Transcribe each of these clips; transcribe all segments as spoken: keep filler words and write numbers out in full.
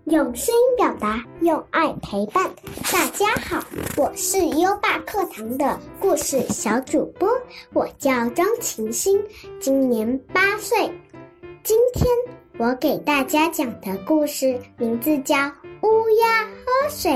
用声音表达，用爱陪伴。大家好，我是优爸课堂的故事小主播，我叫庄晴心，今年八岁。今天我给大家讲的故事名字叫《乌鸦喝水》。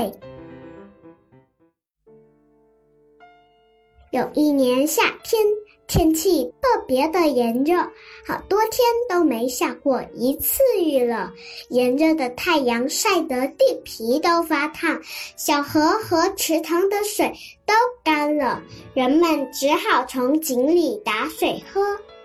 有一年夏天，天气特别的炎热，好多天都没下过一次雨了。炎热的太阳晒得地皮都发烫，小河和池塘的水都干了，人们只好从井里打水喝。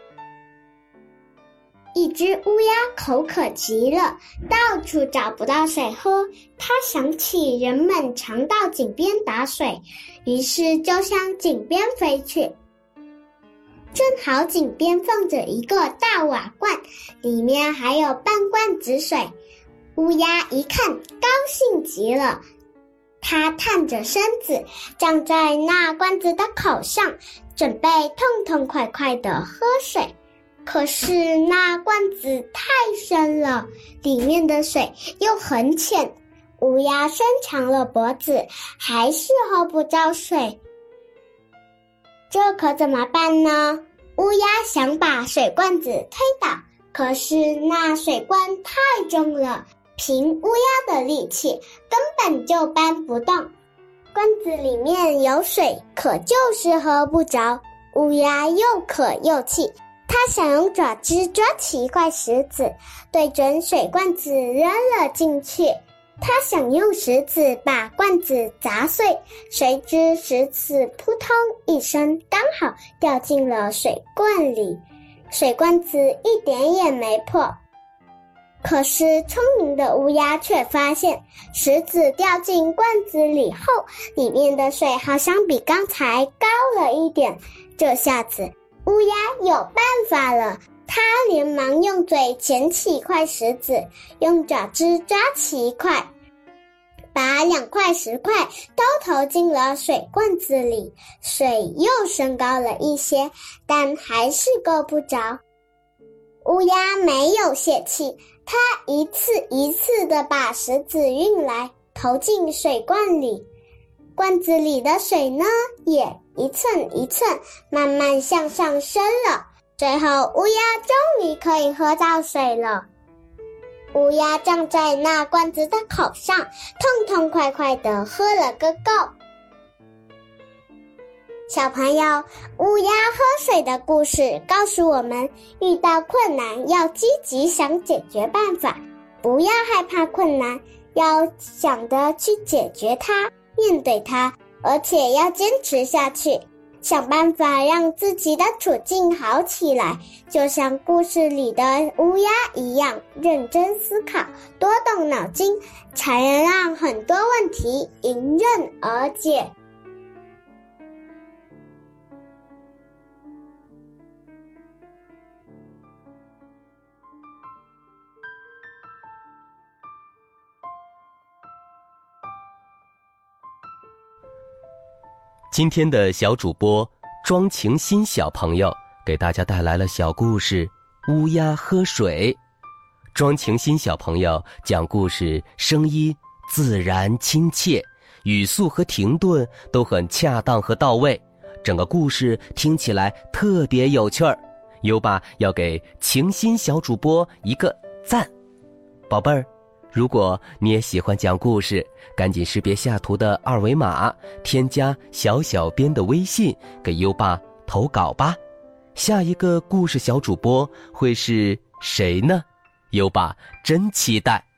一只乌鸦口渴极了，到处找不到水喝，它想起人们常到井边打水，于是就向井边飞去。正好井边放着一个大瓦罐，里面还有半罐子水。乌鸦一看，高兴极了，它探着身子，站在那罐子的口上，准备痛痛快快地喝水。可是那罐子太深了，里面的水又很浅，乌鸦伸长了脖子，还是喝不着水。这可怎么办呢？乌鸦想把水罐子推倒，可是那水罐太重了，凭乌鸦的力气根本就搬不动。罐子里面有水，可就是喝不着。乌鸦又渴又气，它想用爪子抓起一块石子，对准水罐子扔了进去。他想用石子把罐子砸碎，谁知石子扑通一声，刚好掉进了水罐里，水罐子一点也没破。可是聪明的乌鸦却发现，石子掉进罐子里后，里面的水好像比刚才高了一点。这下子乌鸦有办法了，他连忙用嘴捡起一块石子，用爪子抓起一块，把两块石块都投进了水罐子里，水又升高了一些，但还是够不着。乌鸦没有泄气，它一次一次地把石子运来，投进水罐里。罐子里的水呢，也一寸一寸慢慢向上升了，最后乌鸦终于可以喝到水了。乌鸦站在那罐子的口上，痛痛快快地喝了个够。小朋友，乌鸦喝水的故事告诉我们，遇到困难要积极想解决办法，不要害怕困难，要想着去解决它，面对它，而且要坚持下去，想办法让自己的处境好起来，就像故事里的乌鸦一样，认真思考，多动脑筋，才能让很多问题迎刃而解。 今天的小主播庄晴心小朋友给大家带来了小故事《乌鸦喝水》。庄晴心小朋友讲故事声音自然亲切，语速和停顿都很恰当和到位，整个故事听起来特别有趣儿。优爸要给晴心小主播一个赞。宝贝儿，如果你也喜欢讲故事，赶紧识别下图的二维码，添加小小编的微信，给优爸投稿吧。下一个故事小主播会是谁呢？优爸真期待。